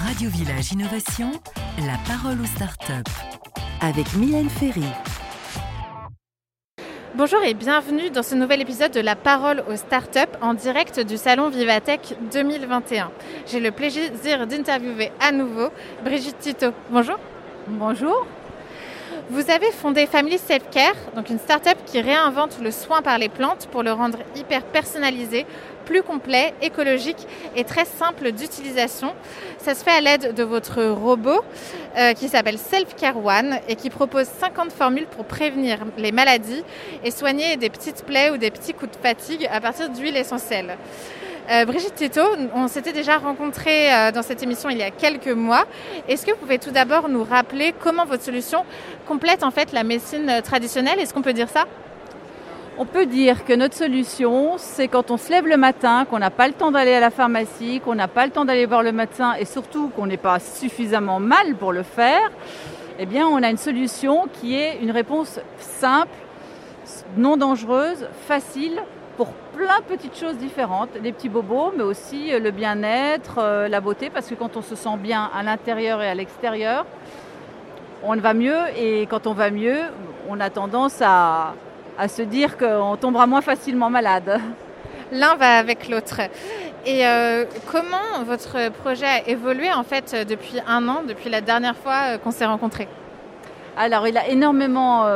Radio Village Innovation, la parole aux startups. Avec Mylène Ferry. Bonjour et bienvenue dans ce nouvel épisode de La Parole aux startups en direct du salon Vivatech 2021. J'ai le plaisir d'interviewer à nouveau Brigitte Tito. Bonjour. Bonjour. Vous avez fondé Family Self Care, donc une start-up qui réinvente le soin par les plantes pour le rendre hyper personnalisé, plus complet, écologique et très simple d'utilisation. Ça se fait à l'aide de votre robot qui s'appelle Self Care One et qui propose 50 formules pour prévenir les maladies et soigner des petites plaies ou des petits coups de fatigue à partir d'huiles essentielles. Brigitte Tito, on s'était déjà rencontrés dans cette émission il y a quelques mois. Est-ce que vous pouvez tout d'abord nous rappeler comment votre solution complète en fait la médecine traditionnelle? Est-ce qu'on peut dire ça? On peut dire que notre solution, c'est quand on se lève le matin, qu'on n'a pas le temps d'aller à la pharmacie, qu'on n'a pas le temps d'aller voir le médecin et surtout qu'on n'est pas suffisamment mal pour le faire, eh bien on a une solution qui est une réponse simple, non dangereuse, facile, pour plein de petites choses différentes, des petits bobos, mais aussi le bien-être, la beauté, parce que quand on se sent bien à l'intérieur et à l'extérieur, on va mieux, et quand on va mieux, on a tendance à se dire qu'on tombera moins facilement malade. L'un va avec l'autre. Et comment votre projet a évolué en fait depuis un an, depuis la dernière fois qu'on s'est rencontrés? Alors, il a énormément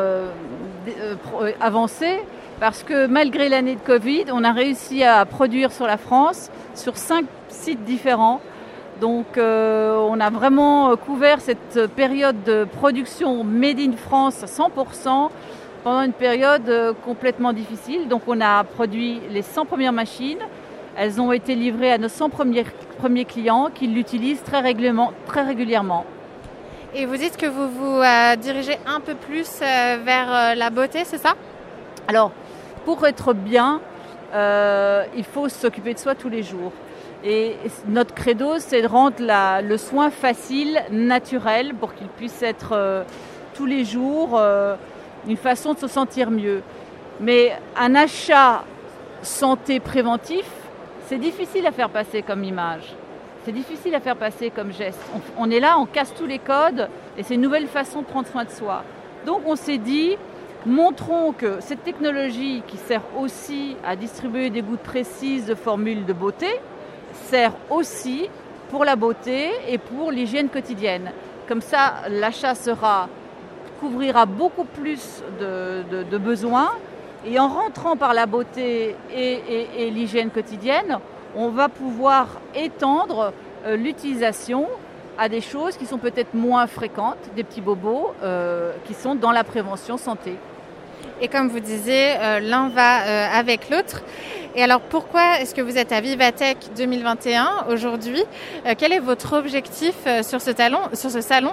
avancé. Parce que malgré l'année de Covid, on a réussi à produire sur la France, sur 5 sites différents. Donc on a vraiment couvert cette période de production Made in France à 100% pendant une période complètement difficile. Donc on a produit les 100 premières machines. Elles ont été livrées à nos 100 premiers clients qui l'utilisent très régulièrement. Et vous dites que vous vous dirigez un peu plus vers la beauté, c'est ça? Alors, pour être bien, il faut s'occuper de soi tous les jours. Et notre credo, c'est de rendre le soin facile, naturel, pour qu'il puisse être tous les jours une façon de se sentir mieux. Mais un achat santé préventif, c'est difficile à faire passer comme image. C'est difficile à faire passer comme geste. On est là, on casse tous les codes et c'est une nouvelle façon de prendre soin de soi. Donc on s'est dit, montrons que cette technologie qui sert aussi à distribuer des gouttes précises de formules de beauté sert aussi pour la beauté et pour l'hygiène quotidienne. Comme ça, l'achat couvrira beaucoup plus de besoins et en rentrant par la beauté et l'hygiène quotidienne, on va pouvoir étendre l'utilisation à des choses qui sont peut-être moins fréquentes, des petits bobos qui sont dans la prévention santé. Et comme vous disiez, l'un va avec l'autre. Et alors pourquoi est-ce que vous êtes à Vivatech 2021 aujourd'hui? Quel est votre objectif sur ce salon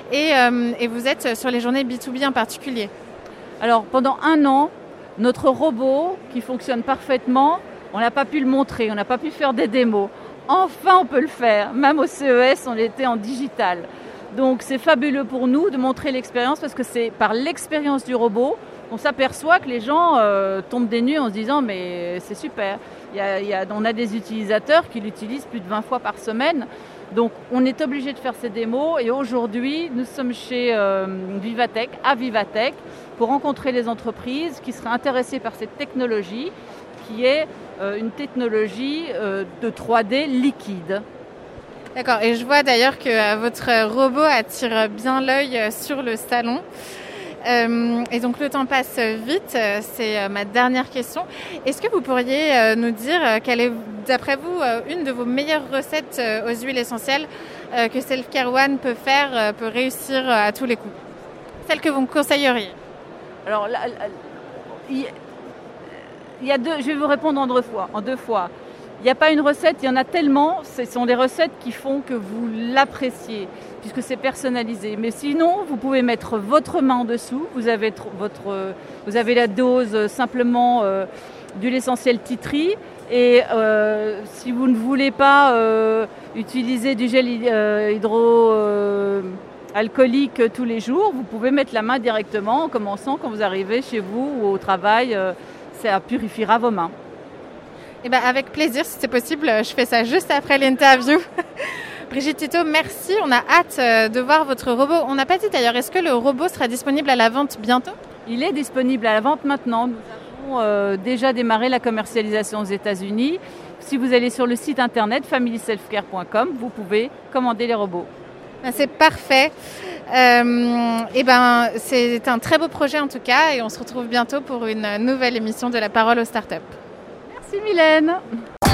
et vous êtes sur les journées B2B en particulier? Alors pendant un an, notre robot qui fonctionne parfaitement, on n'a pas pu le montrer, on n'a pas pu faire des démos. Enfin, on peut le faire. Même au CES, on était en digital. Donc, c'est fabuleux pour nous de montrer l'expérience parce que c'est par l'expérience du robot qu'on s'aperçoit que les gens tombent des nues en se disant « mais c'est super ». On a des utilisateurs qui l'utilisent plus de 20 fois par semaine. Donc, on est obligé de faire ces démos. Et aujourd'hui, nous sommes chez Vivatech, à Vivatech, pour rencontrer les entreprises qui seraient intéressées par cette technologie qui est une technologie de 3D liquide. D'accord, et je vois d'ailleurs que votre robot attire bien l'œil sur le salon. Et donc le temps passe vite, c'est ma dernière question. Est-ce que vous pourriez nous dire quelle est, d'après vous, une de vos meilleures recettes aux huiles essentielles que Self Care One peut réussir à tous les coups? Celle que vous me conseilleriez? Alors, je vais vous répondre en deux fois. Il n'y a pas une recette, il y en a tellement. Ce sont des recettes qui font que vous l'appréciez, puisque c'est personnalisé. Mais sinon, vous pouvez mettre votre main en dessous. Vous avez la dose simplement d'huile essentielle tea tree. Et si vous ne voulez pas utiliser du gel hydroalcoolique tous les jours, vous pouvez mettre la main directement en commençant quand vous arrivez chez vous ou au travail. Ça purifiera vos mains. Eh ben, avec plaisir, si c'est possible, je fais ça juste après l'interview. Brigitte Tito, merci. On a hâte de voir votre robot. On n'a pas dit d'ailleurs, est-ce que le robot sera disponible à la vente bientôt ? Il est disponible à la vente maintenant. Nous avons déjà démarré la commercialisation aux États-Unis. Si vous allez sur le site internet familyselfcare.com, vous pouvez commander les robots. C'est parfait. C'est un très beau projet en tout cas et on se retrouve bientôt pour une nouvelle émission de La Parole aux startups. Merci Mylène.